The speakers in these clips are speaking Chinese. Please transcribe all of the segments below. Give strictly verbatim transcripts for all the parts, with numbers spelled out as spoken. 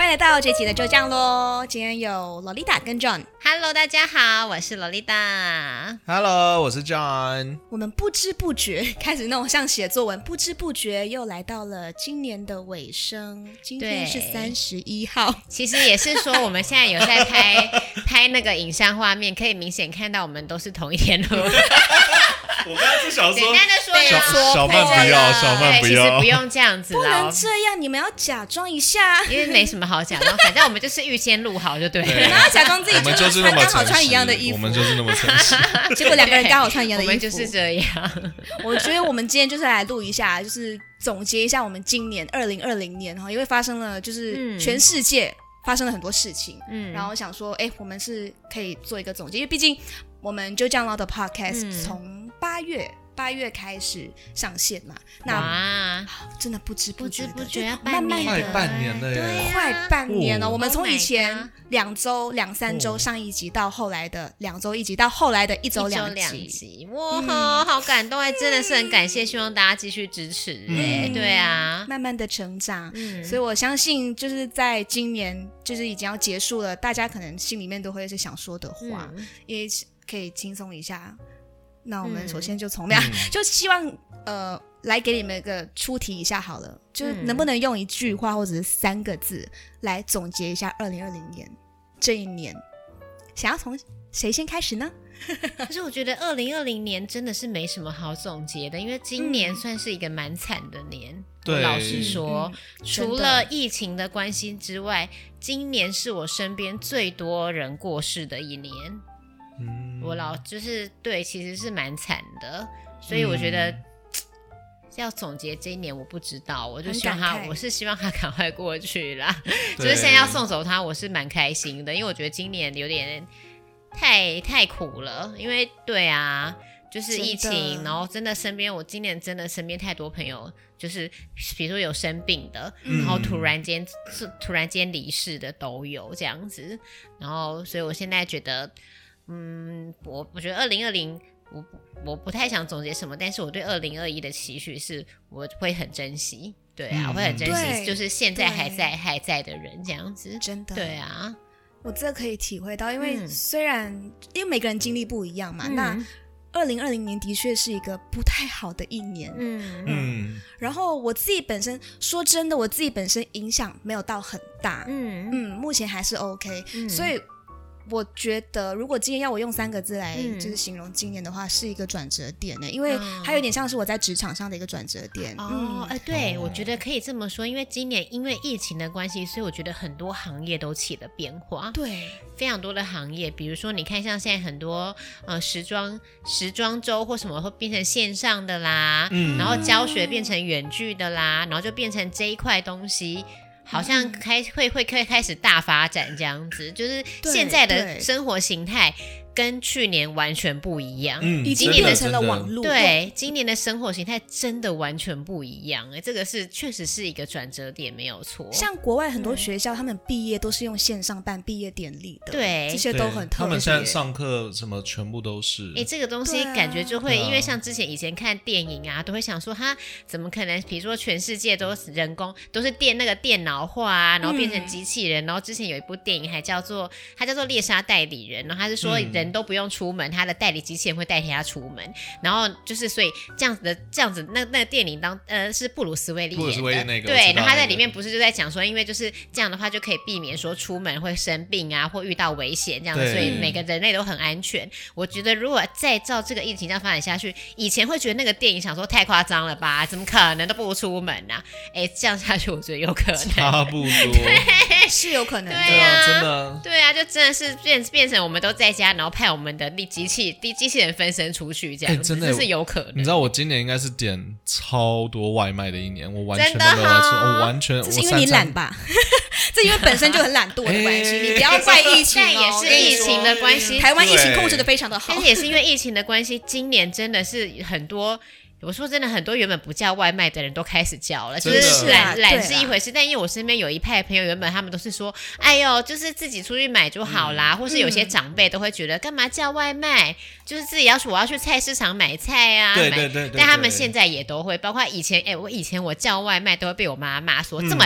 迎来到这期的就这样咯。今天有 Lolita 跟 John。Hello， 大家好，我是 Lolita。 Hello， 我是 John。 我们不知不觉开始那种像写作文，不知不觉又来到了今年的尾声。今天是三十一号， 其实也是说我们现在有在拍拍那个影像画面，可以明显看到我们都是同一天录。 我刚才是想说， 简单的说， 小小曼不要，小曼不要， 其实不用这样子啦， 不能这样，你们要假装一下， 因为没什么好假装，反正我们就是预先录好就对了。 然后假装自己我们就是那么刚好穿一样的衣服， 我们就是那么诚实。 结果两个人刚好穿一样的衣服， 我们就是这样。 我觉得我们今天就是来录一下，就是总结一下我们今年二零二零年哈，因为发生了就是全世界发生了很多事情，嗯，然后想说，哎，我们是可以做一个总结，因为毕竟我们就这样唠的 podcast 从八月。八月开始上线嘛，那哇真的不知不觉的， 不知不觉要慢慢的快半年了耶， 对，快半年了。哦、我们从以前两周、两三周上一集，到后来的两周一集，到后来的一周两集，哇、嗯，好感动哎，真的是很感谢，希望大家继续支持哎、嗯，对啊， 慢慢的成长，嗯，所以我相信就是在今年就是已经要结束了，大家可能心里面都会是想说的话，嗯、也可以轻松一下。那我们首先就从那、嗯、就希望呃来给你们一个出题一下好了，就能不能用一句话或者是三个字来总结一下二零二零年这一年？想要从谁先开始呢？ 可是我觉得二零二零年真的是没什么好总结的，因为今年算是一个蛮惨的年。嗯、我老实说、嗯，除了疫情的关系之外，今年是我身边最多人过世的一年。嗯、我老就是对，其实是蛮惨的，所以我觉得、嗯、要总结这一年，我不知道，我就希望他，我是希望他赶快过去啦。就是现在要送走他，我是蛮开心的，因为我觉得今年有点太太苦了，因为对啊，就是疫情，然后真的身边，我今年真的身边太多朋友，就是比如说有生病的，嗯、然后突然间突然间离世的都有这样子，然后所以我现在觉得。嗯，我我觉得二零二零，我我不太想总结什么，但是我对二零二一的期许是，我会很珍惜，对啊，嗯、我会很珍惜，就是现在还在还在的人这样子， 真的， 对啊， 我这可以体会到，因为虽然、嗯、因为每个人经历不一样嘛，嗯、那二零二零年的确是一个不太好的一年，嗯嗯，然后我自己本身说真的，我自己本身影响没有到很大，嗯嗯，目前还是 OK，、嗯、所以。我觉得如果今天要我用三个字来就是形容今年的话、嗯、是一个转折点呢，因为它有点像是我在职场上的一个转折点。 哦，嗯呃、对、哦，我觉得可以这么说，因为今年因为疫情的关系，所以我觉得很多行业都起了变化。 对， 非常多的行业，比如说你看像现在很多呃时装时装周或什么会变成线上的啦、嗯，然后教学变成远距的啦，然后就变成这一块东西。好像开会会会开始大发展这样子，就是现在的生活形态跟去年完全不一样， 嗯，已经变成了网络。 对，今年的生活形态真的完全不一样，这个是确实是一个转折点，没有错。 像国外很多学校，嗯、他们毕业都是用线上办毕业典礼的， 对， 这些都很特别。 他们现在上课什么全部都是， 哎，这个东西感觉就会、啊，因为像之前以前看电影啊，都会想说，哈，怎么可能？比如说全世界都是人工，都是电那个电脑化啊，然后变成机器人。嗯、然后之前有一部电影还叫做，它叫做《猎杀代理人》，然后他是说人都不用出门。嗯他的代理机器人会代替他出门，然后就是所以这样子的这样子，那那个电影当呃是布鲁斯威利演的，布鲁斯威利那个对，然后他在里面不是就在讲说，因为就是这样的话就可以避免说出门会生病啊，或遇到危险这样子，所以每个人类都很安全。我觉得如果再照这个疫情这样发展下去，以前会觉得那个电影想说太夸张了吧，怎么可能都不出门啊？哎，这样下去我觉得有可能， 差不多， 对，是有可能的， 对啊， 真的， 对啊，就真的是变变成我们都在家，然后派我们的力。机器机器人分身出去这样子、欸、真的这是有可能。 你知道我今年应该是点超多外卖的一年，我完全都没有在吃，我完全这是因为你懒吧？这因为本身就很懒惰的关系、欸，你不要怪疫情、哦， 也是疫情的关系。 台湾疫情控制的非常的好， 但是也是因为疫情的关系，今年真的是很多。我说真的，很多原本不叫外卖的人都开始叫了，就是懒懒是一回事，但因为我身边有一派朋友，原本他们都是说，哎呦，就是自己出去买就好啦，嗯、或是有些长辈都会觉得，干嘛叫外卖？就是自己要去，我要去菜市场买菜啊， 对对 对, 对, 对， 但他们现在也都会，包括以前，哎，我以前我叫外卖都会被我妈骂说、嗯、这么懒。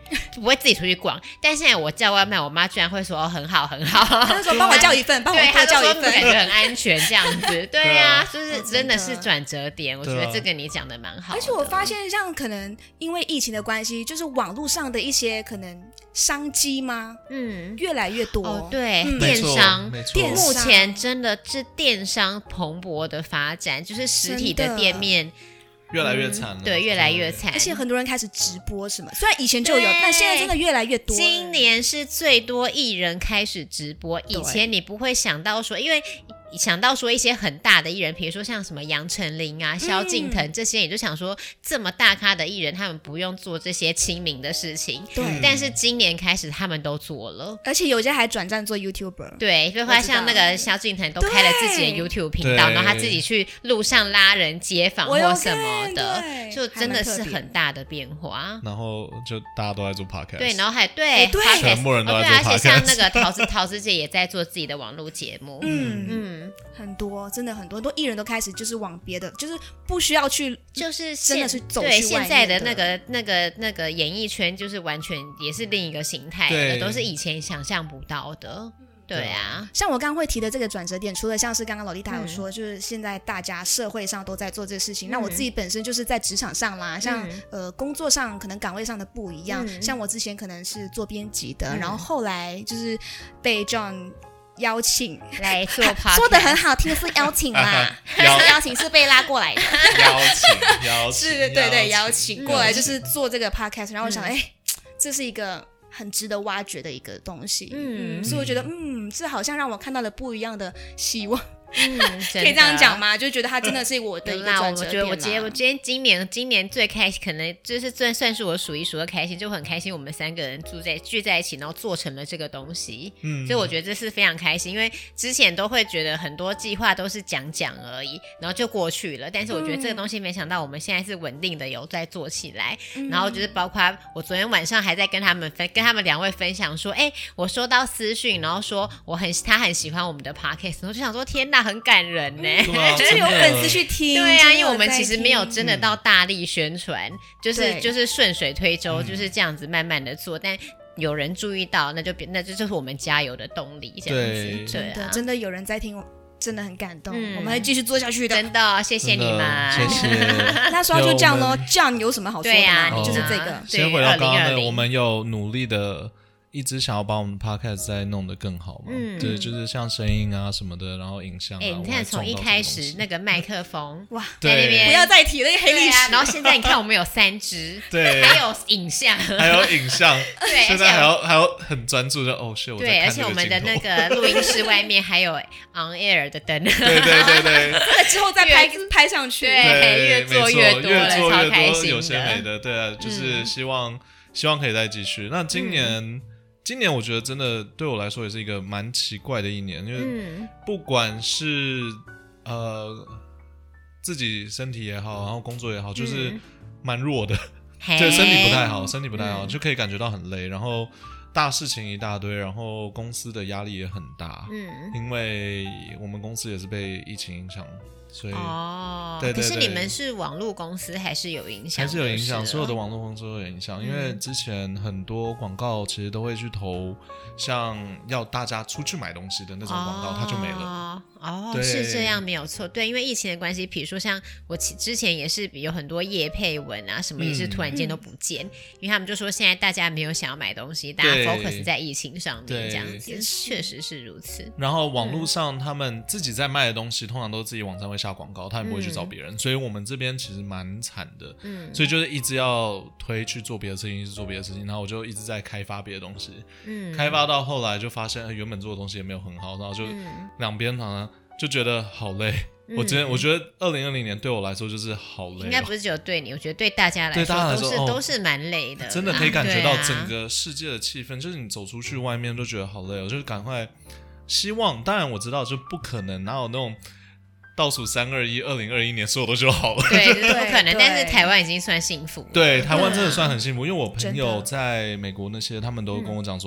不会自己出去逛。但现在我叫外卖，我妈居然会说、哦、很好很好， 她说帮我叫一份，帮我多叫一份， 感觉很安全这样子。对啊，就是真的是转折点，我觉得这个你讲的蛮好的。 而且我发现像可能因为疫情的关系，就是网络上的一些可能商机吗？嗯，越来越多。 哦，对， 嗯、 电商， 电目前真的是电商蓬勃的发展，就是实体的店面。 越来越惨了、嗯， 对，越来越惨， 而且很多人开始直播什么，虽然以前就有，但现在真的越来越多。 今年是最多艺人开始直播，以前你不会想到说，因为想到说一些很大的艺人，比如说像什么杨丞琳啊、萧敬腾、嗯、这些，你就想说这么大咖的艺人，他们不用做这些亲民的事情。对，但是今年开始他们都做了， 而且有些还转战做 YouTuber。 对，就会像那个萧敬腾都开了自己的 YouTube 频道，然后他自己去路上拉人街访或什么的，就真的是很大的变化。 然后就大家都在做 Podcast， 对，然后还对， 对， 全部人都在做 Podcast，、哦、 而且像那个桃子桃子姐也在做自己的网络节目。 嗯嗯。很多，真的很多，很多艺人都开始就是往别的，就是不需要去， 就是真的是走去对现在的那个那个那个演艺圈，就是完全也是另一个形态了，都是以前想象不到的。对啊， 像我刚刚会提的这个转折点，除了像是刚刚Lolita有说、嗯，就是现在大家社会上都在做这个事情、嗯，那我自己本身就是在职场上啦，像、嗯、呃工作上可能岗位上的不一样、嗯，像我之前可能是做编辑的、嗯，然后后来就是被 John邀请来做 podcast， 说的很好听，是邀请啦，邀邀请是被拉过来的， 邀请邀请是，对对，邀请过来就是做这个 podcast， 然后我想，哎、嗯，这是一个很值得挖掘的一个东西，嗯，所以我觉得，嗯，这好像让我看到了不一样的希望。嗯，可以这样讲吗？就觉得他真的是我的一个转折点。我觉得我今天我今天今年今年最开心，可能就是算算是我数一数二开心，就很开心。我们三个人住在聚在一起，然后做成了这个东西。嗯，所以我觉得这是非常开心，因为之前都会觉得很多计划都是讲讲而已，然后就过去了。但是我觉得这个东西，没想到我们现在是稳定的有在做起来。嗯、然后就是包括我昨天晚上还在跟他们分跟他们两位分享说，哎，我收到私讯，然后说我很他很喜欢我们的 podcast， 我就想说天哪，很感人呢、欸， 嗯、就是有粉丝去听， 对啊，因为我们其实没有真的到大力宣传、嗯，就是就是顺水推舟、嗯，就是这样子慢慢的做，但有人注意到，那就那就就是我们加油的动力，这样子，对， 对啊，真的有人在听。真的很感动、嗯，我们会继续做下去的。 真的，谢谢你们， 谢谢。 那说就这样咯，这样有什么好说的吗？ 对啊， 就是这个。 先回到刚刚的，我们有努力的。一直想要把我们 podcast 再弄得更好嘛，嗯，对，就是像声音啊什么的，然后影像啊，哎、 欸，你看从一开始那个麦克风哇， 在那边不要再提那个黑历史、 啊，然后现在你看我们有三支， 对， 还有影像， 还有影像， 对， 现在还要还要很专注的哦，是我在看对，而且我们的那个录音室外面还有 on air 的灯， 对对对对， 这个之后再拍拍上去， 对，越做越多了， 越做超开心的， 有些美的，对啊，就是希望、嗯、希望可以再继续。那今年。嗯今年我觉得真的对我来说也是一个蛮奇怪的一年，因为不管是、嗯、呃自己身体也好，然后工作也好，就是蛮弱的，对、嗯、身体不太好，身体不太好、嗯、就可以感觉到很累，然后大事情一大堆，然后公司的压力也很大，嗯，因为我们公司也是被疫情影响。所以哦， 对对对， 可是你们是网络公司还是有影响？ 还是有影响，所有的网络公司都有影响、嗯，因为之前很多广告其实都会去投，像要大家出去买东西的那种广告，哦、它就没了。 哦，是这样没有错，对，因为疫情的关系，比如说像我之前也是有很多业配文啊，什么也是突然间都不见、嗯，因为他们就说现在大家没有想要买东西，大家 focus 在疫情上面，这样子，确实是如此。 然后网络上他们自己在卖的东西，通常都自己网站会下广告，他们不会去找别人、嗯，所以我们这边其实蛮惨的，嗯，所以就是一直要推去做别的事情，一直做别的事情，然后我就一直在开发别的东西，嗯，开发到后来就发现原本做的东西也没有很好，然后就两边好像就觉得好累。嗯、我觉得，我觉得二零二零年对我来说就是好累、哦， 应该不是只有对你，我觉得对大家来说， 对大家来说都是、 哦、 都是蛮累的， 真的可以感觉到整个世界的气氛，啊、就是你走出去外面都觉得好累，我就是赶快希望，当然我知道就不可能，哪有那种倒数三二一，二零二一年所有都就好了， 对，不可能。但是台湾已经算幸福了， 对，台湾真的算很幸福，因为我朋友在美国那些，他们都跟我讲说，哦，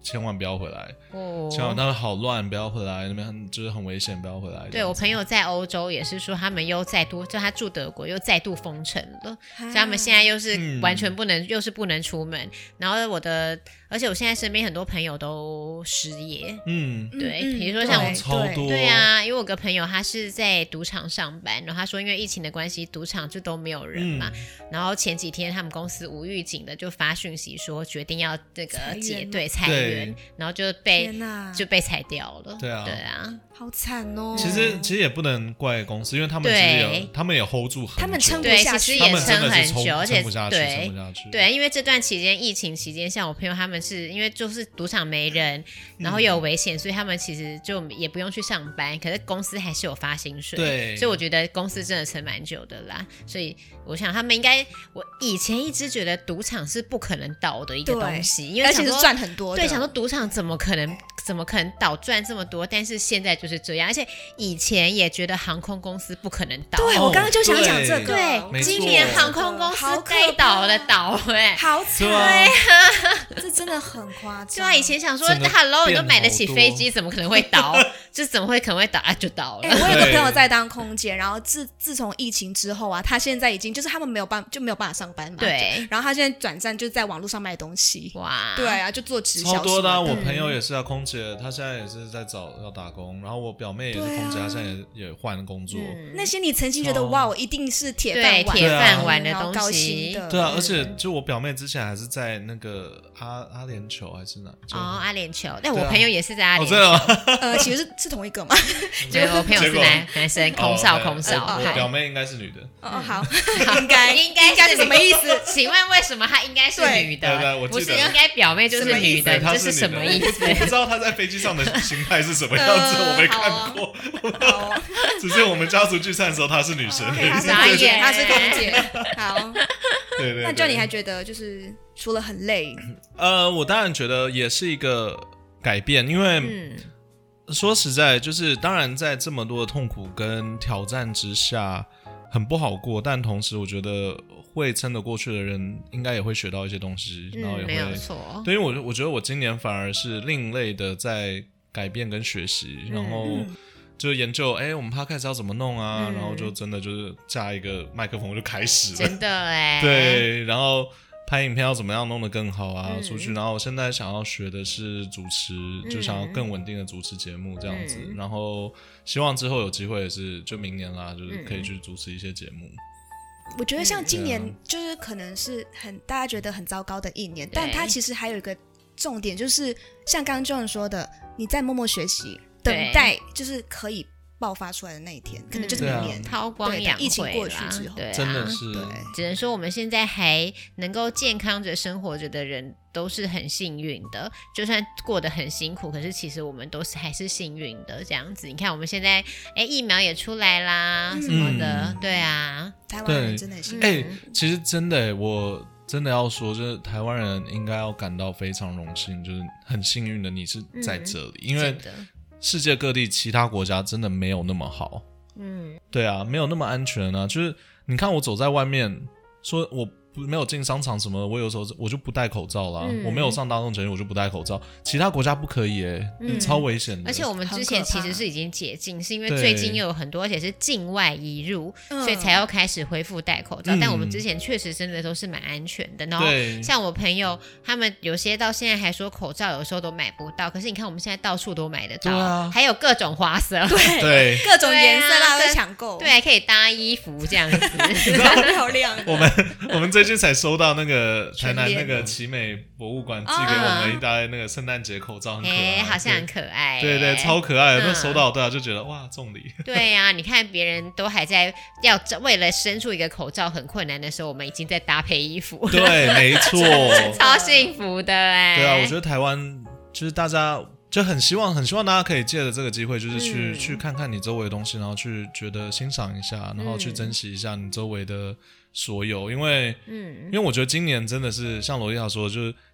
千万不要回来，哦，千万他们好乱，不要回来，那边就是很危险，不要回来。 对，我朋友在欧洲也是说，他们又再度，就他住德国又再度封城了，所以他们现在又是完全不能，嗯、又是不能出门。然后我的，而且我现在身边很多朋友都失业，嗯，对，嗯、比如说像我， 超多， 对啊，因为我有个朋友他是在赌场上班，然后他说因为疫情的关系，赌场就都没有人嘛，嗯、然后前几天他们公司无预警的就发讯息说决定要这个解对裁员，然后就被就被裁掉了， 对啊， 对啊。 好惨哦！ 其实其实也不能怪公司，因为他们其实也他们也 hold 住很久， 他们撑不下去， 他们撑很久， 而且撑不下去， 撑不下去。 对，因为这段期间疫情期间，像我朋友他们是因为就是赌场没人，然后又有危险，嗯、所以他们其实就也不用去上班，可是公司还是有发薪水。 对， 所以我觉得公司真的撑蛮久的啦。所以我想他们应该，我以前一直觉得赌场是不可能倒的一个东西，因为而且是赚很多的。 对，想说赌场怎么可能怎么可能倒赚这么多？但是现在就是这样，而且。以前也觉得航空公司不可能倒， 对，我刚刚就想讲这个， 对，今年航空公司该倒的倒，哎， 好惨， 对啊， 这真的很夸张。 对啊，以前想说 ，Hello， 你都买得起飞机，怎么可能会倒？就怎么会可能会倒啊？就倒了。 欸、我有个朋友在当空姐，然后自自从疫情之后啊，他现在已经就是他们没有办就没有办法上班嘛， 对。 然后他现在转战就在网络上卖东西， 哇， 对啊，就做直销。 超多的、啊，我朋友也是啊，空姐，她现在也是在找要打工，然后我表妹也是空姐，她、啊、现在也也换了工作、嗯。 那些你曾经觉得哇，我一定是铁饭碗、 铁饭碗的东西， 高薪的， 对啊，而且就我表妹之前还是在那个阿阿联酋还是哪？ 哦，阿联酋，但我朋友也是在阿联酋， 哦、 呃，其实是是同一个嘛。 对，我朋友是男男生，空少空少， 我表妹应该是女的。 哦，好，应该应该是什么意思？ 请问为什么她应该是女的？ 对对，我不是应该表妹就是女的，这是什么意思？ 我不知道她在飞机上的形态是什么样子，我没看过。只是我们家族聚餐的时候，她是女生， 傻眼， 她是空姐。好， 对对。 那就你还觉得就是除了很累， 呃，我当然觉得也是一个改变，因为。嗯说实在，就是当然在这么多的痛苦跟挑战之下，很不好过。但同时，我觉得会撑得过去的人，应该也会学到一些东西， 嗯、 然后也会没有错。 对，因为我我觉得我今年反而是另类的在改变跟学习，嗯、然后就研究，哎、欸，我们 podcast 要怎么弄啊？嗯、然后就真的就是架一个麦克风就开始了， 真的哎、欸， 对，然后。拍影片要怎么样弄得更好啊？嗯、出去，然后我现在想要学的是主持，嗯、就想要更稳定的主持节目这样子。嗯、然后希望之后有机会也是，就明年啦，就是可以去主持一些节目。 我觉得像今年就是可能是很大家觉得很糟糕的一年，但它其实还有一个重点，就是像刚刚 John 说的，你在默默学习，等待就是可以。爆发出来的那一天，可能就是明年韬光养晦， 疫情过去之后， 对啊， 真的是， 对，只能说我们现在还能够健康着生活着的人都是很幸运的，就算过得很辛苦，可是其实我们都是还是幸运的这样子。你看我们现在，哎，疫苗也出来啦，什么的，嗯、对啊， 台湾人真的很幸运。 哎、欸，其实真的，我真的要说，就是台湾人应该要感到非常荣幸，就是很幸运的你是在这里，嗯、因为。世界各地其他国家真的没有那么好，嗯，对啊，没有那么安全啊。就是你看我走在外面，说我没有进商场什么，我有时候我就不戴口罩啦。嗯、我没有上大众捷运，我就不戴口罩。其他国家不可以耶、欸，嗯、超危险的。 而且我们之前其实是已经解禁，是因为最近又有很多，而且是境外移入，所以才要开始恢复戴口罩。嗯、但我们之前确实真的都是蛮安全的。然后像我朋友他们有些到现在还说口罩有时候都买不到，可是你看我们现在到处都买得到，啊、还有各种花色， 对， 对各种颜色大家都抢购， 对，可以搭衣服这样子， 超漂亮。 我们我们最近才收到那个台南那个奇美博物馆寄给我们一袋那个圣诞节口罩，很可爱， 欸、好像很可爱、欸， 对对，超可爱的。那、嗯、收到对啊，就觉得哇，中礼。 对呀、啊，你看别人都还在要为了生出一个口罩很困难的时候，我们已经在搭配衣服。 对，没错， 超幸福的哎、欸。 对啊，我觉得台湾就是大家。就很希望，很希望大家可以借着这个机会，就是去、嗯、去看看你周围的东西，然后去觉得欣赏一下，然后去珍惜一下你周围的所有。因为，嗯，因为我觉得今年真的是像罗丽塔说的，就是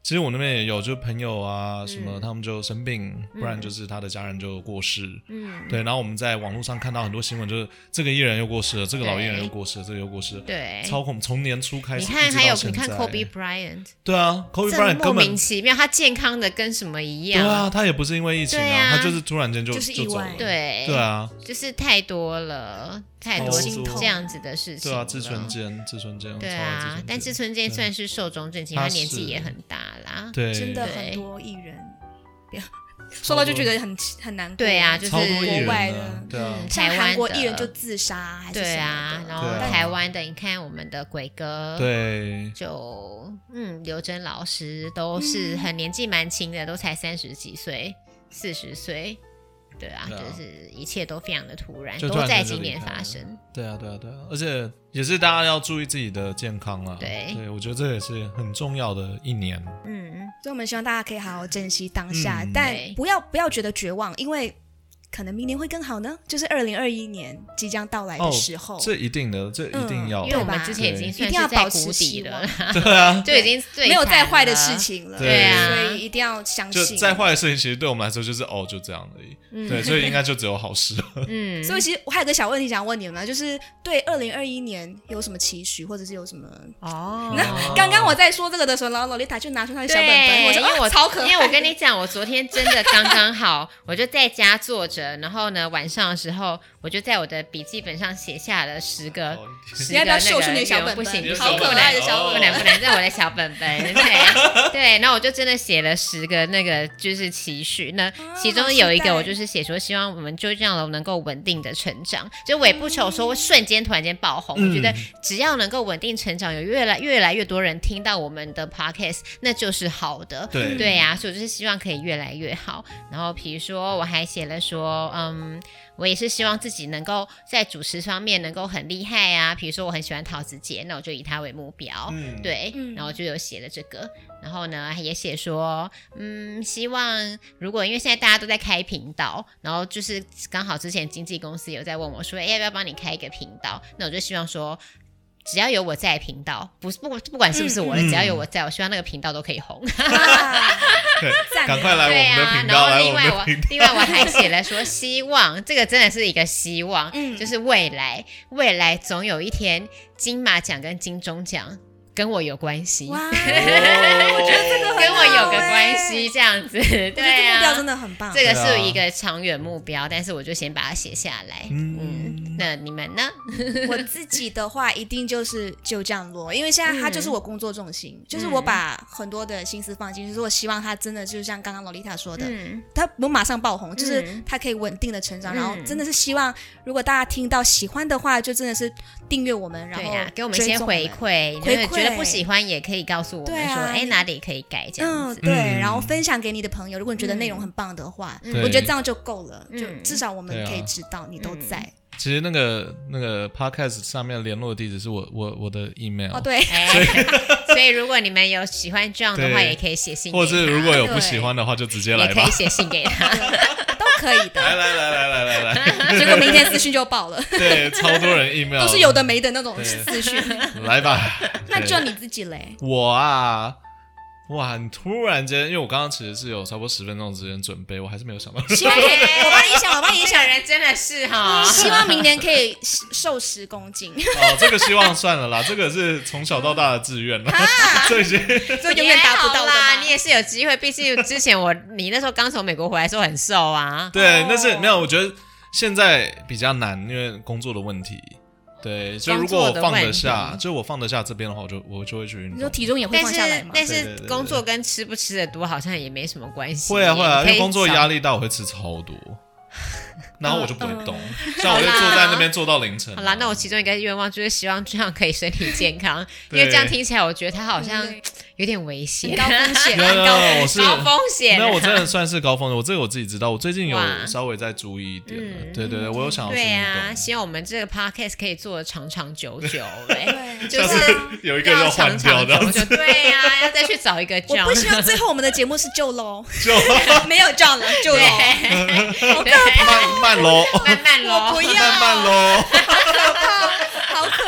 其实我那边也有，就朋友啊什么、 嗯、 他们就生病，不然就是他的家人就过世。 嗯， 对。然后我们在网络上看到很多新闻，就是这个艺人又过世了，这个老艺人又过世了，这个又过世了。 对， 超恐，从年初开始。 你看还有你看 Kobe Bryant。 对啊 ，Kobe Bryant 莫名其妙，他健康的跟什么一样。 对啊，他也不是因为疫情 啊, 啊， 他就是突然间就就是意外。 对对啊， 就是太多了。太多这样子的事情。 对啊，志村健，志村健。 对啊，但志村健算是寿终正寝，他年纪也很大啦。 对， 真的很多艺人，说到就觉得很很难过。 对啊，就是国外的， 对啊， 像韩国艺人就自杀还是什么的。 对啊，然后台湾的，你看我们的鬼哥， 对， 就嗯，刘真老师都是很年纪蛮轻的，都才三十几岁、四十岁。对啊，对啊，就是一切都非常的突然，都在今年发生。 对啊，对啊，对啊，而且也是大家要注意自己的健康啊。 对， 对，我觉得这也是很重要的一年。 嗯，所以我们希望大家可以好好珍惜当下，嗯、但不要不要觉得绝望，因为可能明年会更好呢。就是二零二一年即将到来的时候， 哦、这一定的，这一定要、 嗯，因为我们之前已经算是在谷底了， 对啊， 就已经最没有再坏的事情了， 对啊， 所以一定要相信。 就再坏的事情，其实对我们来说就是哦，就这样而已。嗯、对，所以应该就只有好事。 嗯，所以其实我还有个小问题想问你们，就是对二零二一年有什么期许，或者是有什么？哦，那刚刚我在说这个的时候，然后洛丽塔就拿出她的小本本，我说因为我、哦、超可爱， 因为我跟你讲，我昨天真的刚刚好，我就在家坐着，然后呢，晚上的时候，我就在我的笔记本上写下了十个， 哦、 十个那个秀出你的小本本，不行不行， 好可爱的小本本，不能不能，这是我的小本本，对对，然后我就真的写了十个那个就是期许，那其中有一个我就是写说，希望我们就这样能够稳定的成长，就我也不求说瞬间突然间爆红，嗯、我觉得只要能够稳定成长，有越来越来越多人听到我们的 podcast， 那就是好的， 对对呀、啊，所以我就是希望可以越来越好。然后比如说我还写了说，嗯。我也是希望自己能够在主持方面能够很厉害啊，比如说我很喜欢陶子姐，那我就以她为目标，嗯、对、嗯，然后就有写了这个，然后呢也写说，嗯，希望如果因为现在大家都在开频道，然后就是刚好之前经纪公司有在问我说，哎，要不要帮你开一个频道？那我就希望说。只要有我在频道，不不不管是不是我的、嗯，只要有我在，我希望那个频道都可以红。 对，赶快来我们的频道， 啊、然后另外我另外我还写了说，希望这个真的是一个希望、嗯，就是未来未来总有一天金马奖跟金钟奖。跟我有关系，哇！我觉得这个跟我有个关系，这样子，对啊， 这个目标真的很棒。 这个是一个长远目标，但是我就先把它写下来。嗯，嗯那你们呢？ 我自己的话，一定就是就降落，因为现在它就是我工作重心，嗯、就是我把很多的心思放进去，就是我希望它真的就像刚刚洛丽塔说的，嗯、它不马上爆红，就是它可以稳定的成长，嗯、然后真的是希望，如果大家听到喜欢的话，就真的是订阅我们，然后、 啊、给我们先回馈， 回馈。 不喜欢也可以告诉我们说，哎、啊，哪里可以改这样子。 嗯，对，然后分享给你的朋友，如果你觉得内容很棒的话，嗯、我觉得这样就够了，就至少我们可以知道你都在。嗯、 其实那个那个 podcast 上面联络的地址是我我我的 email。 哦，对。 所以所以如果你们有喜欢这样的话，也可以写信给他。 或者如果有不喜欢的话，就直接来吧。 也可以写信给他。 可以的， 来来来来来来来， 结果明天私讯就爆了， 对，超多人 email， 都是有的没的那种私讯， 来吧。 那就你自己嘞？ 我啊，哇，你突然间，因为我刚刚其实是有差不多十分钟的时间准备，我还是没有想到。 希望可以，我帮你想，我帮你想， 人真的是哈， 希望明年可以瘦十公斤。 哦，这个希望算了啦，这个是从小到大的志愿了，这些这永远达不到的啦。你也是有机会，毕竟之前我你那时候刚从美国回来的时候很瘦啊。 对，那是没有，我觉得现在比较难，因为工作的问题。对，就如果我放得下，就我放得下这边的话，我就我就会去运动。 你说体重也会放下来吗？ 但是但是工作跟吃不吃的多好像也没什么关系。 会啊会啊，因为工作压力大，我会吃超多。然后我就不会动，嗯、像我就坐在那边坐到凌晨。 好啦，那我其中一个愿望就是希望这样可以身体健康，因为这样听起来我觉得他好像有点危险， 高风险， 高我是高风险。 没有，我真的算是高风险，我这个我自己知道，我最近有稍微在注意一点了。嗯、对对对，我有想要去运动。 对啊，希望我们这个 podcast 可以做的长长久久， 对， 就是有一个要换掉的。 对呀、啊，要再去找一个 John。 我不希望最后我们的节目是旧喽， 旧没有 John 了，旧喽，好可怕。 慢慢喽， 慢慢喽， 我不要， 慢慢喽， 好可怕，好可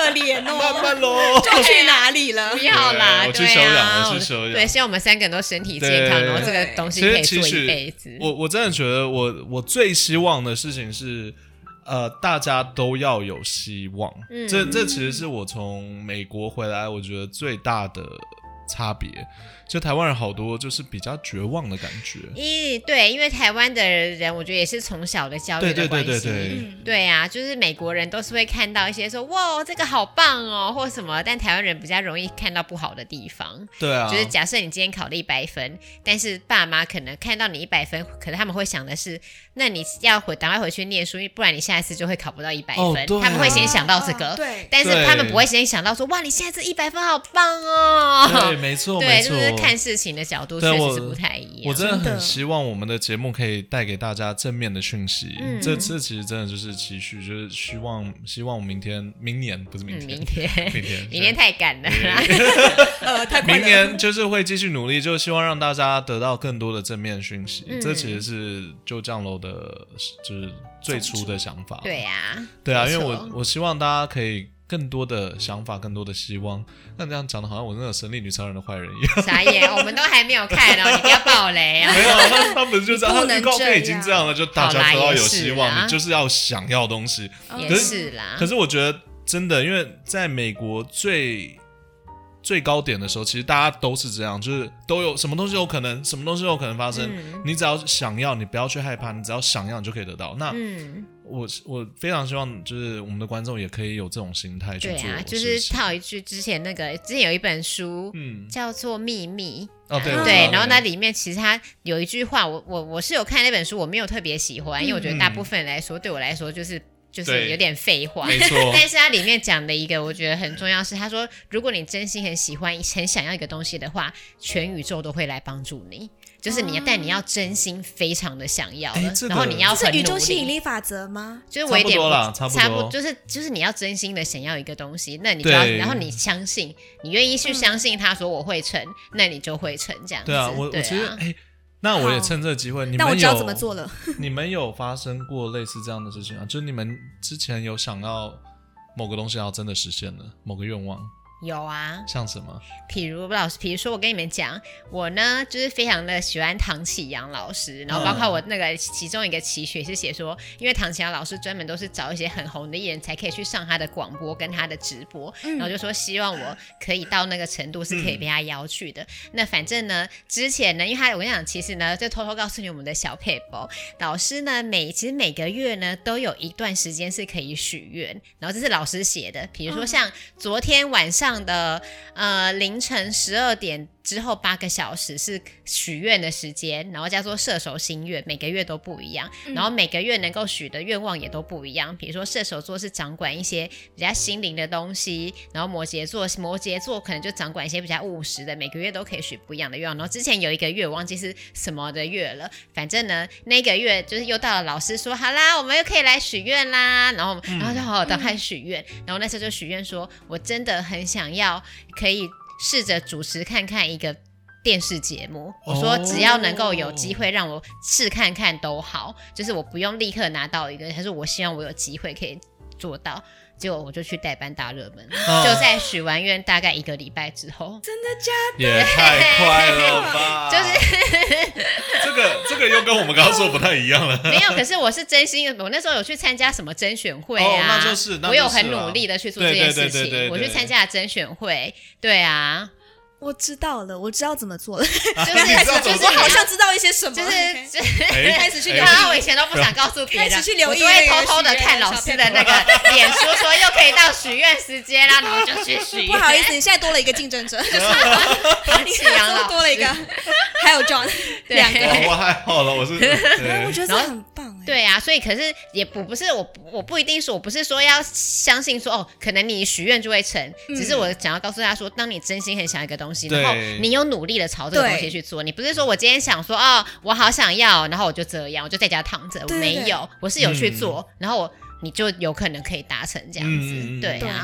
可怜哦， 慢慢咯， 就去哪里了？ 不要啦， 我去休养，我去休养。 对，希望我们三个人都身体健康，然后这个东西可以做一辈子。 我我真的觉得我，我最希望的事情是，呃，大家都要有希望。嗯、这这其实是我从美国回来，我觉得最大的差别。就台湾人好多就是比较绝望的感觉。 咦，对，因为台湾的人，我觉得也是从小的教育的关系。对对对对对，嗯、对啊，就是美国人都是会看到一些说哇这个好棒哦或什么，但台湾人比较容易看到不好的地方。 对啊， 就是假设你今天考了一百分，但是爸妈可能看到你一百分，可能他们会想的是，那你要回赶快回去念书，不然你下一次就会考不到一百分。哦啊、他们会先想到这个， 对， 但是他们不会先想到说哇你现在这一百分好棒哦。 对，没错， 对， 没错。 就是看事情的角度确实是不太一样。 我真的很希望我们的节目可以带给大家正面的讯息。嗯、这次其实真的就是期许，就是希望希望我明天、明年不是明天， 嗯、明天、 明天、 明天太赶了啦。 呃，太快了。 明年就是会继续努力，就希望让大家得到更多的正面讯息。嗯、这其实是就降楼的，就是最初的想法。 对啊， 对啊，因为我我希望大家可以更多的想法，更多的希望。那这样讲的好像我那个神力女超人的坏人一样。 傻眼，我们都还没有看哦，你不要爆雷啊！ 没有，他他们就这样，他预告片已经这样了，就大家都要有希望， 啊、 你就是要想要东西。 也是啦。 可是我觉得真的，因为在美国最最高点的时候，其实大家都是这样，就是都有什么东西有可能，什么东西有可能发生。嗯、你只要想要，你不要去害怕，你只要想要，你就可以得到。那嗯。我我非常希望，就是我们的观众也可以有这种心态去做。对啊， 就是套一句之前那个，之前有一本书，嗯，叫做《秘密》。 哦，对对，然后那里面其实它有一句话，我我我是有看那本书，我没有特别喜欢，因为我觉得大部分人来说，嗯、对我来说就是就是有点废话。 没错。 但是它里面讲的一个，我觉得很重要是，他说，如果你真心很喜欢、很想要一个东西的话，全宇宙都会来帮助你。就是你，啊、但你要真心非常的想要了，这个、然后你要很努力。 是宇宙吸引力法则吗？ 就是我有点差不多啦，差不多， 差不多就是就是你要真心的想要一个东西，那你就要，然后你相信，你愿意去相信他说我会成，嗯、那你就会成这样子。 对啊，我我其实哎，那我也趁这个机会，你们有， 那我知道怎么做了。 你们有发生过类似这样的事情啊？就是你们之前有想要某个东西，然后真的实现了某个愿望？ 有啊， 像什么？ 比如老师，比如说我跟你们讲，我呢就是非常的喜欢唐启阳老师，然后包括我那个其中一个期许是写说，因为唐启阳老师专门都是找一些很红的艺人才可以去上他的广播跟他的直播，嗯、然后就说希望我可以到那个程度是可以被他邀去的。嗯、那反正呢，之前呢，因为他我跟你讲，其实呢，就偷偷告诉你我们的小撇步，老师呢每其实每个月呢都有一段时间是可以许愿，然后这是老师写的，比如说像昨天晚上。的呃凌晨十二点之后八个小时是许愿的时间，然后叫做射手心愿，每个月都不一样，嗯、然后每个月能够许的愿望也都不一样。比如说射手座是掌管一些比较心灵的东西，然后摩羯座摩羯座可能就掌管一些比较务实的，每个月都可以许不一样的愿望。然后之前有一个月我忘记是什么的月了，反正呢那个月就是又到了老师说好啦，我们又可以来许愿啦，然后、嗯、然后就好好的开始许愿，嗯、然后那时候就许愿说我真的很想要可以试着主持看看一个电视节目，我说只要能够有机会让我试看看都好，就是我不用立刻拿到一个，但是我希望我有机会可以做到。结果我就去代班大热门，哦、就在许完愿大概一个礼拜之后。 真的假的？ 也太快了吧！ 就是这个这个又跟我们刚刚说不太一样了。 没有，可是我是真心的，我那时候有去参加什么甄选会啊， 哦、那就是，那就是我有很努力的去做这件事情。我去参加了甄选会，对啊。 我知道了，我知道怎么做了， 就是就是我好像知道一些什么， 就是开始去留意。 我以前都不想告诉别人， 开始去留意， 我都会偷偷的看老师的那个脸书，说又可以到许愿时间啦，然后就去许愿。 不好意思，你现在多了一个竞争者， 唐启阳老师多了一个，还有 John 两个。 我还好了，我是， 我觉得这很棒。 对啊，所以可是也不不是我我不一定说，我不是说要相信说哦，可能你许愿就会成，嗯、只是我想要告诉他说，当你真心很想要一个东西，然后你有努力的朝这个东西去做，你不是说我今天想说哦，我好想要，然后我就这样，我就在家躺着，我没有，我是有去做，嗯、然后我你就有可能可以达成这样子，嗯、对啊。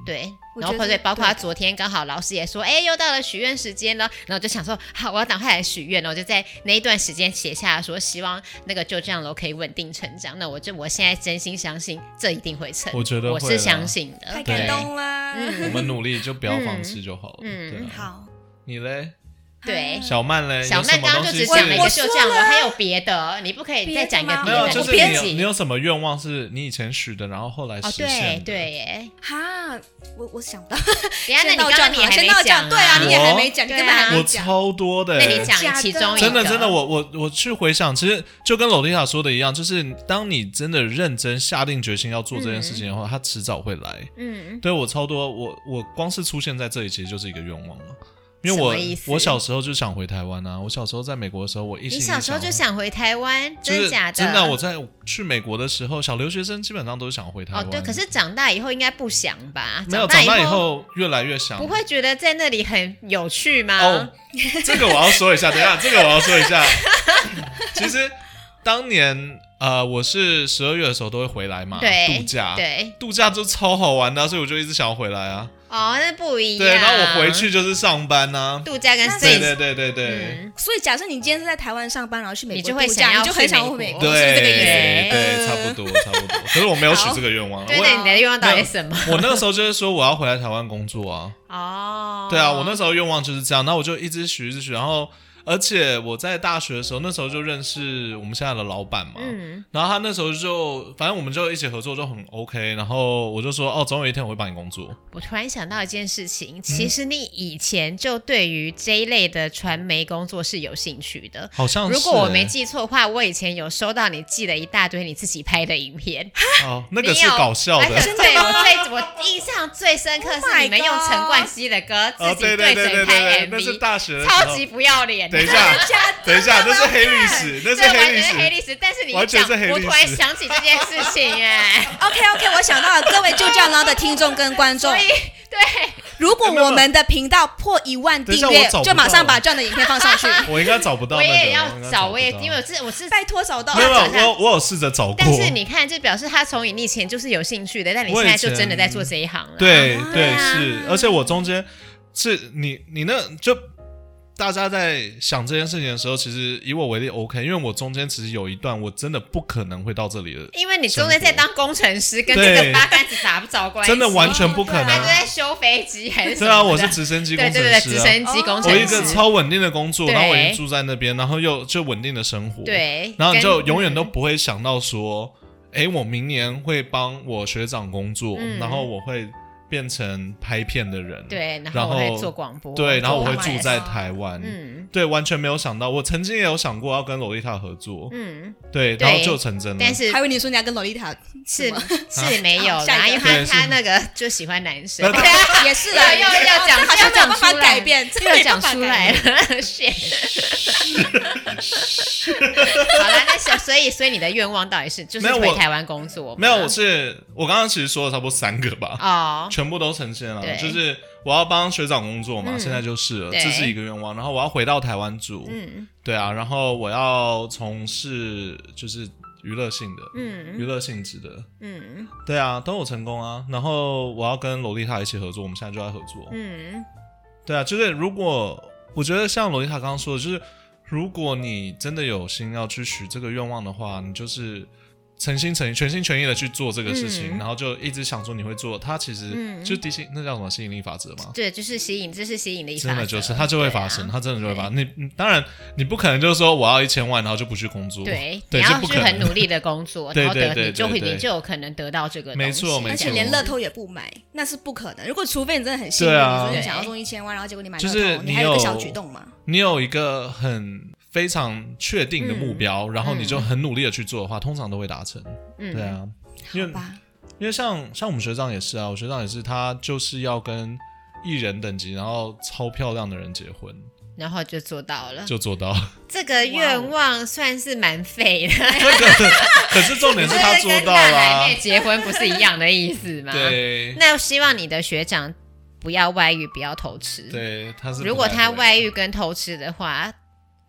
对，然后或者包括昨天刚好老师也说，哎，又到了许愿时间了，然后我就想说，好，我要赶快来许愿，然后就在那一段时间写下说，希望那个就这样楼可以稳定成长。那我就我现在真心相信这一定会成， 我觉得我是相信的， 太感动了。 我们努力就不要放弃就好了。 嗯， 对啊、 好， 你嘞？ 对， 小曼嘞， 小曼刚刚就只讲了一个就这样了，还有别的，你不可以再讲一个别的？ 没有，就是你有你有什么愿望是你以前许的，然后后来实现的？ 哦、对对耶， 哈，我我想不到。 等一下，那你刚刚你也还没讲、啊， 对啊，你也还没讲，你根本还没讲。我超多的、 欸，那你讲其中一个。 真的真的，我我我去回想，其实就跟洛丽塔说的一样，就是当你真的认真下定决心要做这件事情的话，嗯、它迟早会来。嗯，对我超多，我我光是出现在这里，其实就是一个愿望了。因为我我小时候就想回台湾啊！我小时候在美国的时候，我一心一想， 你小时候就想回台湾，真的假的？ 真的，我在去美国的时候，小留学生基本上都是想回台湾。 哦，对，可是长大以后应该不想吧？ 没有，长大以后越来越想。 不会觉得在那里很有趣吗？ 哦，这个我要说一下，等一下，这个我要说一下。其实当年呃，我是十二月的时候都会回来嘛，度假， 对， 度假就超好玩的、啊，所以我就一直想要回来啊。 哦，那不一样。 对，然后我回去就是上班啊， 度假跟对对对对对、 嗯。所以假设你今天是在台湾上班，然后去美国度假， 你就会想要你就很想回美国， 对， 是这个意思？ 对，差不多差不多。可是我没有许这个愿望。 对，那你的愿望到底是什么？ 我那个时候就是说我要回来台湾工作啊。 哦。 对啊，我那时候愿望就是这样，然后我就一直许一直许，然后。而且我在大学的时候，那时候就认识我们现在的老板嘛，嗯，然后他那时候就，反正我们就一起合作就很 OK， 然后我就说，哦，总有一天我会帮你工作。 我突然想到一件事情，其实你以前就对于这一类的传媒工作是有兴趣的， 好像是、欸。 如果我没记错的话，我以前有收到你寄了一大堆你自己拍的影片。 哦，那个是搞笑的。 对，我最我印象最深刻是你们用陈冠希的歌、oh、自己对嘴拍 M V， 那是大学的时候，超级不要脸。 等一下，等一下，那是黑历史，那是黑历史， 黑历史。但是你一讲，我突然想起这件事情，哎。 OK OK， 我想到了，各位就这样捞的听众跟观众。 对， 如果我们的频道破一万订阅，就马上把这样的影片放上去。 我应该找不到、那個， 我也要找，我也因为我是我是拜托找到。 没有，我我有试着找过。 但是你看，这表示他从你以前就是有兴趣的，但你现在就真的在做这一行了。 对对是，而且我中间是你你那就。大家在想这件事情的时候，其实以我为例 OK， 因为我中间其实有一段我真的不可能会到这里的， 因为你中间在当工程师，跟这个八竿子打不着关系， 真的完全不可能。 还在修飞机还是什么的？ 对啊，我是直升机工程师、啊， 对对对，直升机工程师。 我一个超稳定的工作，然后我已经住在那边，然后又就稳定的生活， 对， 然后你就永远都不会想到说，哎，我明年会帮我学长工作，嗯、然后我会。变成拍片的人， 对，然后我会做广播， 对，然后我会住在台湾，嗯，对，完全没有想到，我曾经也有想过要跟洛丽塔合作，嗯，对，然后就成真了。 但是还以为你说你要跟洛丽塔是是没有啦，因为他他那个就喜欢男生， 对啊，也是啊， 又要讲， 要讲出来改变， 又讲出来了，好啦，那所以所以你的愿望到底是就是回台湾工作？ 没有，我是我刚刚其实说了差不多三个吧， 哦。 全部都呈现了，就是我要帮学长工作嘛，嗯、现在就是了，这是一个愿望。然后我要回到台湾住，嗯，对啊，然后我要从事就是娱乐性的，嗯，娱乐性质的，嗯，对啊，都有成功啊。然后我要跟洛丽塔一起合作，我们现在就在合作，嗯，对啊，就是如果我觉得像洛丽塔刚刚说的，就是如果你真的有心要去许这个愿望的话，你就是。诚心诚意、全心全意的去做这个事情，嗯、然后就一直想说你会做，它其实就是低吸，那叫什么吸引力法则嘛？ 对，就是吸引，这是吸引力法则， 真的就是它就会发生，它、啊、真的就会发生。你当然你不可能就是说我要一千万，然后就不去工作， 对， 对， 你要去很努力的工作， 然后得你就会你就有可能得到这个东西， 没错没错， 而且连乐透也不买，那是不可能。如果除非你真的很幸运， 啊、 你说你想要中一千万，然后结果你买乐透， 就是你还有一个小举动嘛？ 你有一个很。非常确定的目标、嗯、然后你就很努力的去做的话、嗯、通常都会达成、嗯、对啊，因为因为像像我们学长也是啊，我学长也是，他就是要跟艺人等级然后超漂亮的人结婚， 然后就做到了， 就做到这个愿望算是蛮废的这个可是重点是他做到了、啊、跟大奶妹结婚不是一样的意思吗？ 对， 那希望你的学长不要外遇，不要偷吃。 对，他是如果他外遇跟偷吃的话，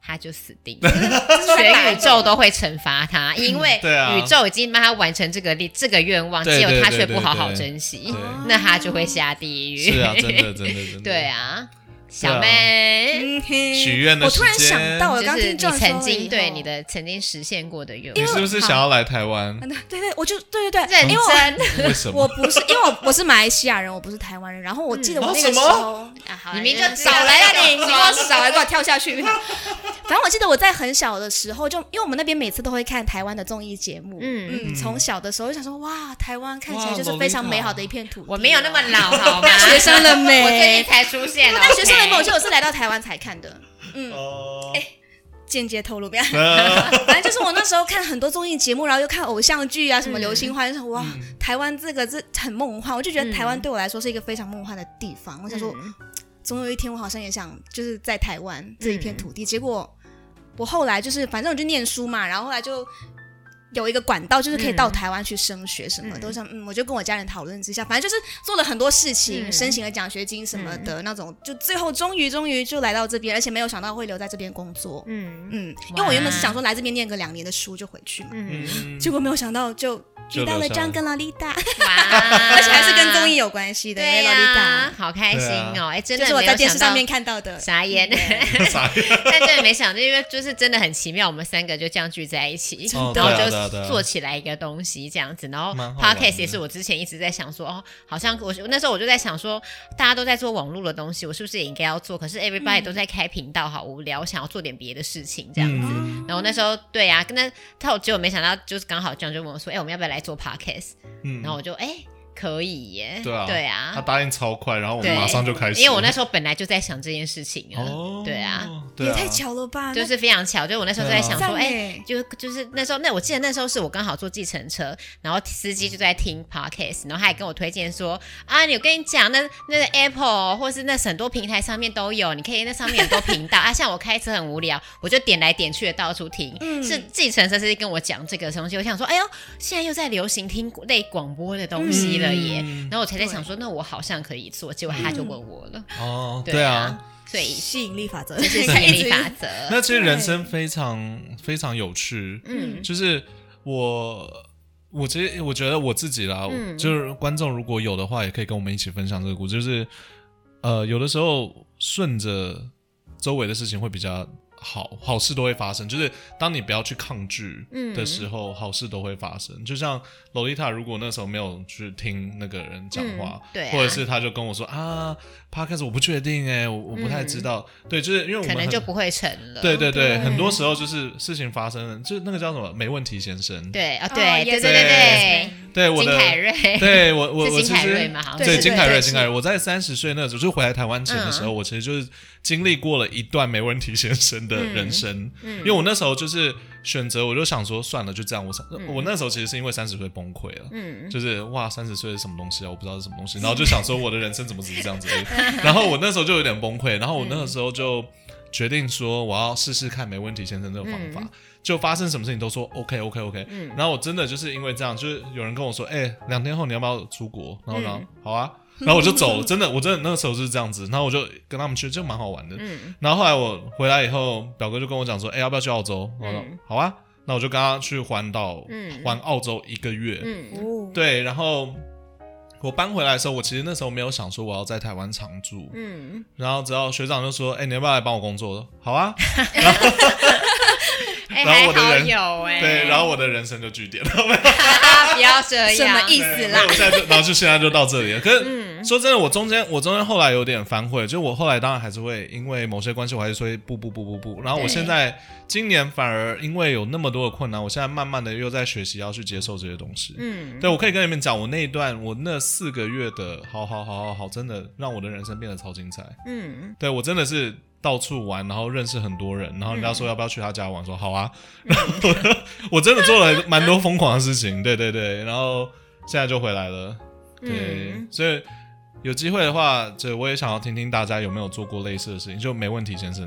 他就死定了，全宇宙都会惩罚他，因为宇宙已经帮他完成这个这个愿望，结果他却不好好珍惜，那他就会下地狱。 是啊，真的真的真的。 对啊。小妹， 许愿的时间， 我突然想到，我刚听就是你曾经对你的曾经实现过的愿望， 你是不是想要来台湾？ 对对，我就对对对，认真。 为什么？ 我不是，因为我我是马来西亚人，我不是台湾人。然后我记得我那个时候， 你明就少来了，你你给我少来，给我跳下去。反正我记得我在很小的时候，就因为我们那边每次都会看台湾的综艺节目，嗯嗯，从小的时候就想说，哇，台湾看起来就是非常美好的一片土地。 我没有那么老，好吗？ 大学生了没？ 我最近才出现， 大学生了没？我记得我是来到台湾才看的，嗯，哎，间接透露不要。反正就是我那时候看很多综艺节目，然后又看偶像剧啊，什么流星花园，就说哇，台湾这个是很梦幻，我就觉得台湾对我来说是一个非常梦幻的地方。我想说，总有一天我好像也想就是在台湾这一片土地。结果我后来就是反正我就念书嘛，然后后来就有一个管道，就是可以到台湾去升学什么，都想嗯，我就跟我家人讨论之下，反正就是做了很多事情，申请了奖学金什么的那种，就最后终于终于就来到这边，而且没有想到会留在这边工作，嗯嗯，因为我原本是想说来这边念个两年的书就回去嘛，嗯，结果没有想到就遇到了这样跟洛丽塔，哇，而且还是跟综艺有关系的，因为洛丽塔好开心哦，哎，真的就是我在电视上面看到的， 傻眼， 傻眼， 但真的没想到，因为就是真的很奇妙，我们三个就这样聚在一起，然后就做起来一个东西这样子，然后 podcast 也是我之前一直在想说，哦，好像我那时候我就在想说，大家都在做网络的东西，我是不是也应该要做？可是 everybody 都在开频道，好无聊，我想要做点别的事情这样子。嗯、然后那时候对啊，那他结果没想到，就是刚好这样就问我说，哎、欸，我们要不要来做 podcast？、嗯、然后我就哎。欸可以耶， 对啊， 对啊， 他答应超快，然后我们马上就开始， 因为我那时候本来就在想这件事情啊， 哦、 对啊， 也太巧了吧， 就是非常巧，就我那时候就在想说，哎、欸，就就是那时候，那我记得那时候是我刚好坐计程车，然后司机就在听 podcast， 然后他还跟我推荐说，啊，你我跟你讲，那那个 Apple 或是那很多平台上面都有，你可以那上面很多频道啊，像我开车很无聊，我就点来点去的到处听，嗯、是计程车司机跟我讲这个东西，我想说，哎呦，现在又在流行听类广播的东西了耶，嗯、然后我才在想说，那我好像可以做，结果他就问我了。 哦，对啊， 所以吸引力法则， 这是吸引力法则。 那其实人生非常非常有趣，嗯，就是我我其实我觉得我自己啦，嗯、就是观众如果有的话，也可以跟我们一起分享这个故事。就是呃，有的时候顺着周围的事情会比较。好好事都会发生，就是当你不要去抗拒的时候，嗯、好事都会发生。就像洛丽塔，如果那时候没有去听那个人讲话，嗯对啊、或者是他就跟我说啊 ，Podcast 我不确定哎、欸，我我不太知道。嗯、对，就是因为我们可能就不会成了。 对对对，对很多时候就是事情发生了，就那个叫什么没问题先生。 对啊，对对对对对， 对我的金凯瑞， 对我我我金凯瑞嘛，好像对金凯瑞金凯瑞，我在三十岁那时候就回来台湾前的时候，嗯、我其实就是经历过了一段没问题先生的人生。嗯嗯、因为我那时候就是选择，我就想说算了，就这样。我、嗯、我那时候其实是因为三十岁崩溃了，嗯、就是哇，三十岁是什么东西啊？我不知道是什么东西，然后就想说我的人生怎么只是这样子而已。然后我那时候就有点崩溃，然后我那个时候就决定说我要试试看没问题先生这个方法。嗯、就发生什么事情都说 OK OK OK，嗯、然后我真的就是因为这样，就是有人跟我说，哎、欸，两天后你要不要出国？然后然后、嗯、好啊。然后我就走了，真的，我真的那个时候就是这样子。然后我就跟他们去，就蛮好玩的。嗯、然后后来我回来以后，表哥就跟我讲说：“哎、欸，要不要去澳洲？”我说：“嗯、好啊。”那我就跟他去环岛，嗯、环澳洲一个月。嗯、对，然后我搬回来的时候，我其实那时候没有想说我要在台湾常住。嗯、然后直到学长就说：“哎、欸，你要不要来帮我工作？”好啊。然后然后我的人、欸、 对，然后我的人生就据点了。 啊、不要这样， 什么意思啦？ 我现在就，然后就现在就到这里了。可是、嗯、说真的，我中间我中间后来有点反悔，就我后来当然还是会因为某些关系，我还是说不不不不不。然后我现在今年反而因为有那么多的困难，我现在慢慢的又在学习要去接受这些东西。嗯，对，我可以跟你们讲，我那一段我那四个月的好好好好好，真的让我的人生变得超精彩。嗯，对我真的是。到处玩，然后认识很多人，然后人家说要不要去他家玩，说好啊。然后我真的做了蛮多疯狂的事情，对对对，然后现在就回来了，对，嗯、所以有机会的话，就我也想要听听大家有没有做过类似的事情，就没问题先生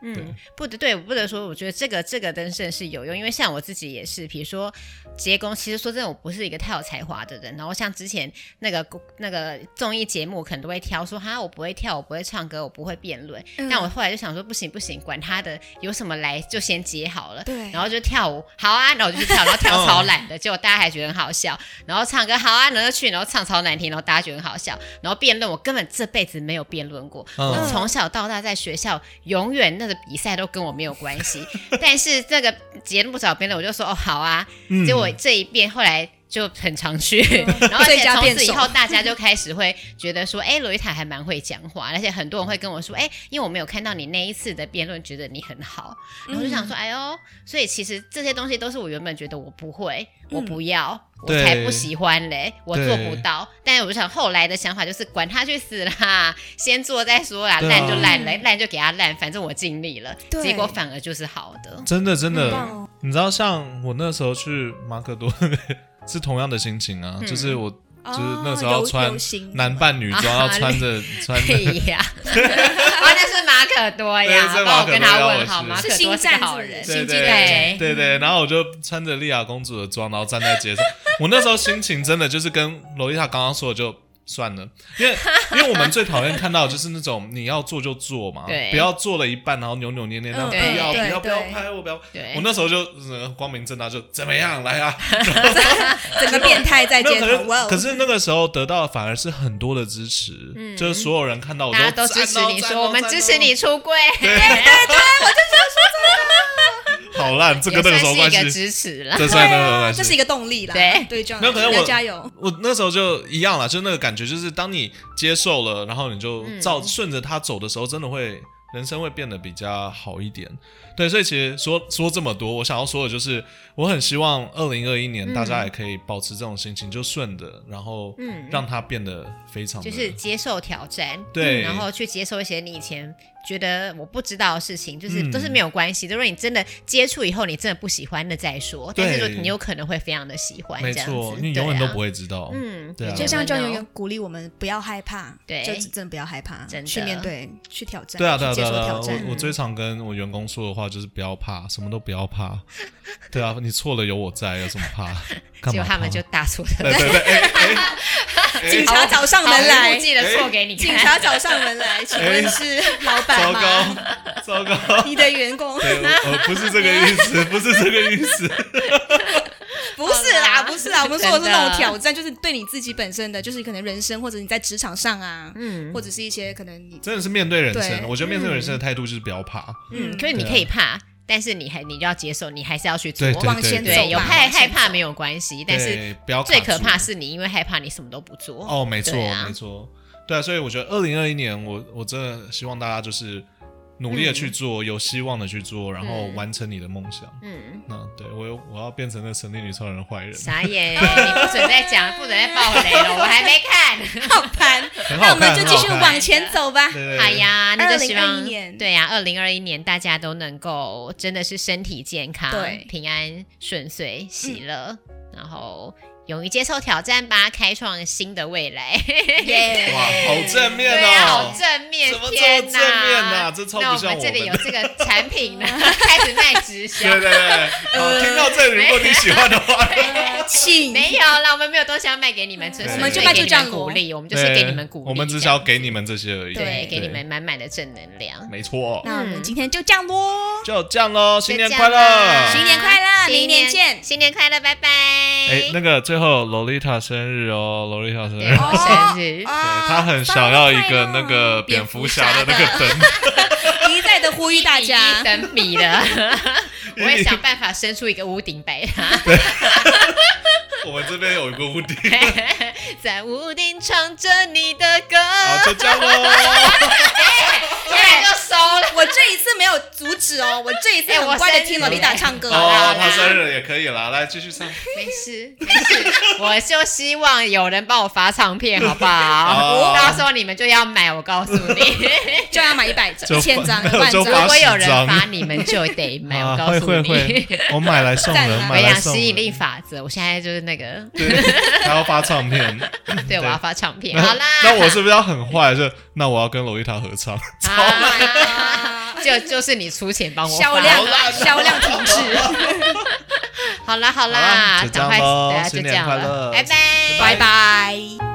嗯，不得对，我不得说，我觉得这个这个登盛是有用，因为像我自己也是，比如说结工，其实说真的，我不是一个太有才华的人。然后像之前那个那个综艺节目，可能都会挑说，哈，我不会跳，我不会唱歌，我不会辩论。嗯、但我后来就想说，不行不行，管他的，有什么来就先接好了。 对， 然后就跳舞，好啊，然后我就去跳，然后跳超懒的，结果大家还觉得很好笑。然后唱歌，好啊，然后就去，然后唱超难听，然后大家觉得很好笑。然后辩论，我根本这辈子没有辩论过，嗯、我从小到大在学校永远那个比赛都跟我没有关系，但是这个节目找辩论我就说哦好啊，嗯、结果这一遍后来就很常去，嗯、然后而且从此以后大家就开始会觉得说，哎，罗丽塔还蛮会讲话，而且很多人会跟我说，哎，因为我没有看到你那一次的辩论，觉得你很好，然后就想说，哎呦，所以其实这些东西都是我原本觉得我不会，我不要。嗯我才不喜欢嘞，我做不到。但是我就想，后来的想法就是管他去死啦，先做再说啦，烂、啊、就烂了，烂就给他烂，反正我尽力了，结果反而就是好的。 真的真的，哦、你知道，像我那时候去马可多是同样的心情啊，嗯、就是我。就是那时候要穿男扮女装，要穿着穿着。 对呀，哦，那是马可多呀，帮我跟他问好，马可多是好人， 对对对对。然后我就穿着莉亚公主的装，然后站在街上。我那时候心情真的就是跟罗丽塔刚刚说的就。算了，因为因为我们最讨厌看到的就是那种你要做就做嘛，不要做了一半然后扭扭捏捏，那、嗯、不要不要不要拍我不要，我那时候就、呃、光明正大就怎么样来啊， 整个变态在街头。 可是那个时候得到的反而是很多的支持，嗯、就是所有人看到我大家都支持你说我们支持你出柜， 对对对，我就想说这个好烂，这个那个时候关系也算是一个支持了， 这算那个关系， 这是一个动力啦， 对对，这样没有可能我加油。 我那时候就一样啦，就那个感觉，就是当你接受了，然后你就照顺着它走的时候，真的会人生会变得比较好一点。对，所以其实说说这么多，我想要说的就是，我很希望二零二一年大家也可以保持这种心情，就顺的，然后让它变得非常的就是接受挑战， 对， 然后去接受一些你以前觉得我不知道的事情，就是都是没有关系。如果你真的接触以后，你真的不喜欢那再说，但是你有可能会非常的喜欢， 没错，你永远都不会知道。 嗯， 对啊， 就像就永远鼓励我们不要害怕， 对， 就真的不要害怕， 真的去面对，去挑战， 对啊，对啊，对啊， 对啊。 我我最常跟我员工说的话就是不要怕，什么都不要怕。对啊，你错了有我在，有什么怕？ 结果他们就大错特错。对对对，哎哎， 警察找上门来， 记得错给你看。 警察找上门来，请问是老板吗？ 糟糕，糟糕， 你的员工。 对，我不是这个意思，不是这个意思。 不是啦，不是啦，我们说的是那种挑战，就是对你自己本身的，就是可能人生或者你在职场上啊，嗯，或者是一些可能你真的是面对人生，我觉得面对人生的态度就是不要怕， 嗯，可是你可以怕。但是你还你就要接受，你还是要去做， 往前走。 对，有害害怕没有关系，但是最可怕是你因为害怕你什么都不做。 哦，没错，没错，对啊，所以我觉得二零二一年我我真的希望大家就是努力的去做，嗯、有希望的去做，然后完成你的梦想。嗯，那对我我要变成那神力女超人的坏人。 傻眼，你不准再讲，不准再爆雷了，我还没看。 好烦，那我们就继续往前走吧。 好呀，那就希望二零二一年， 对呀，二零二一年大家都能够真的是身体健康， 对， 平安顺遂、喜乐，嗯、然后。勇于接受挑战吧，开创新的未来。 Yeah 哇，好正面哦！ 对啊，好正面！ 怎么这么正面啊？这超不像我们。 那我们这里有这个产品呢，开始卖直销。 对对对，呃、听到这里，如果你喜欢的话， 请没有啦，我们没有东西要卖给你们，纯粹给你们鼓励，我们就是给你们鼓励， 我们只是要给你们这些而已。 对，给你们满满的正能量。 没错。 那我们今天就这样咯， 就这样咯，新年快乐！ 新年快乐，明年见！ 新年快乐，拜拜！ 哎，那个最后洛丽塔生日哦，洛丽塔生日， 我生日， 对，她很想要一个那个蝙蝠侠的那个灯， 一再的呼吁大家灯谜的，我会想办法生出一个屋顶摆它。 我们这边有一个屋顶， 在屋顶唱着你的歌， 好，就这样咯。 现在就收了。 我这一次没有阻止哦，我这一次很乖的听洛丽塔唱歌。 哦，她生日也可以啦，来继续唱。 没事没事，我就希望有人帮我发唱片，好不好？到时候你们就要买，我告诉你， 就要买一百张、一千张、一万张。 如果有人发，你们就得买，我告诉你。 会会会，我买来送人，买来送人。 吸引力法则，我现在就是那个， 还要发唱片。 对，我要发唱片。好啦， 那我是不是要很坏？就那我要跟洛丽塔合唱。 就就是你出钱帮我销量销量停滞。 好啦好啦， 就这样咯， 就这样了，拜拜拜拜拜。